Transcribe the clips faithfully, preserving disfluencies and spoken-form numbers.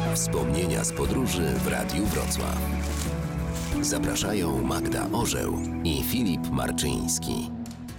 Wspomnienia z podróży w Radiu Wrocław. Zapraszają Magda Orzeł i Filip Marczyński.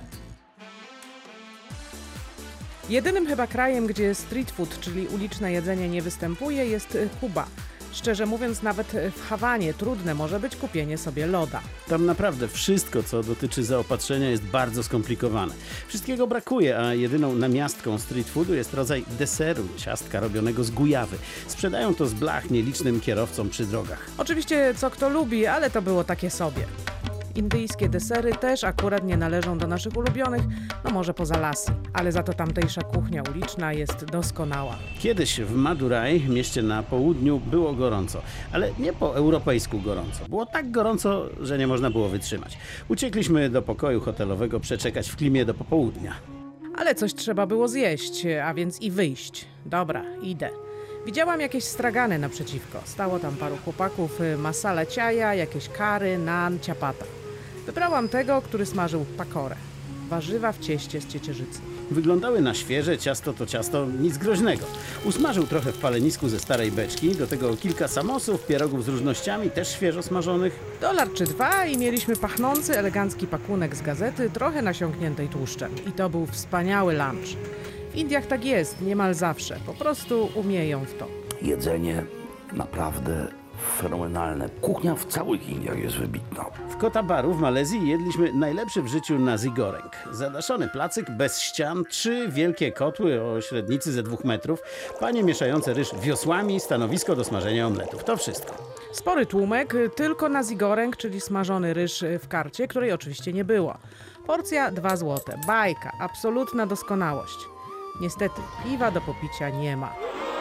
Jedynym chyba krajem, gdzie street food, czyli uliczne jedzenie, nie występuje, jest Kuba. Szczerze mówiąc, nawet w Hawanie trudne może być kupienie sobie loda. Tam naprawdę wszystko, co dotyczy zaopatrzenia, jest bardzo skomplikowane. Wszystkiego brakuje, a jedyną namiastką street foodu jest rodzaj deseru, ciastka robionego z gujawy. Sprzedają to z blach nielicznym kierowcom przy drogach. Oczywiście co kto lubi, ale to było takie sobie. Indyjskie desery też akurat nie należą do naszych ulubionych, no może poza lasy, ale za to tamtejsza kuchnia uliczna jest doskonała. Kiedyś w Madurai, mieście na południu, było gorąco, ale nie po europejsku gorąco. Było tak gorąco, że nie można było wytrzymać. Uciekliśmy do pokoju hotelowego przeczekać w klimie do popołudnia. Ale coś trzeba było zjeść, a więc i wyjść. Dobra, idę. Widziałam jakieś stragany naprzeciwko. Stało tam paru chłopaków, masala ciaja, jakieś kary, naan, ciapata. Wybrałam tego, który smażył pakorę. Warzywa w cieście z ciecierzycy. Wyglądały na świeże, ciasto to ciasto, nic groźnego. Usmażył trochę w palenisku ze starej beczki, do tego kilka samosów, pierogów z różnościami, też świeżo smażonych. Dolar czy dwa i mieliśmy pachnący, elegancki pakunek z gazety, trochę nasiąkniętej tłuszczem. I to był wspaniały lunch. W Indiach tak jest, niemal zawsze. Po prostu umieją w to. Jedzenie naprawdę fenomenalne. Kuchnia w całych Indiach jest wybitna. W Kota Baru w Malezji jedliśmy najlepszy w życiu nasi goreng. Zadaszony placyk bez ścian, trzy wielkie kotły o średnicy ze dwóch metrów, panie mieszające ryż wiosłami, stanowisko do smażenia omletów. To wszystko. Spory tłumek, tylko nasi goreng, czyli smażony ryż w karcie, której oczywiście nie było. Porcja dwa złote. Bajka, absolutna doskonałość. Niestety, piwa do popicia nie ma.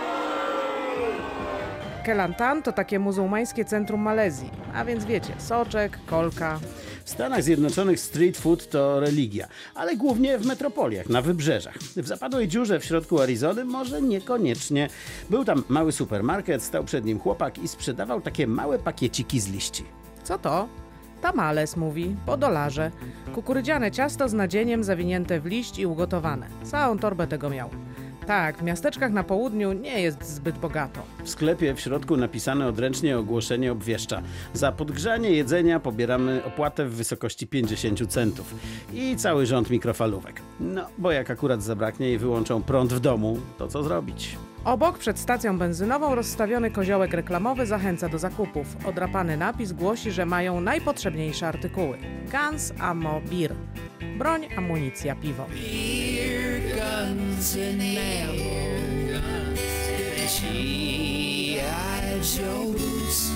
Kelantan to takie muzułmańskie centrum Malezji, a więc wiecie, soczek, kolka. W Stanach Zjednoczonych street food to religia, ale głównie w metropoliach, na wybrzeżach. W zapadłej dziurze w środku Arizony może niekoniecznie. Był tam mały supermarket, stał przed nim chłopak i sprzedawał takie małe pakieciki z liści. Co to? Tamales, mówi, po dolarze. Kukurydziane ciasto z nadzieniem zawinięte w liść i ugotowane. Całą torbę tego miał. Tak, w miasteczkach na południu nie jest zbyt bogato. W sklepie w środku napisane odręcznie ogłoszenie obwieszcza: za podgrzanie jedzenia pobieramy opłatę w wysokości pięćdziesiąt centów. I cały rząd mikrofalówek. No, bo jak akurat zabraknie i wyłączą prąd w domu, to co zrobić? Obok, przed stacją benzynową, rozstawiony koziołek reklamowy zachęca do zakupów. Odrapany napis głosi, że mają najpotrzebniejsze artykuły. Guns, ammo, beer. Broń, amunicja, piwo. Beer, guns and ammo. G I. Joe's.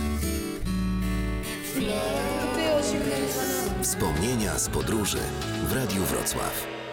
Wspomnienia z podróży w Radiu Wrocław.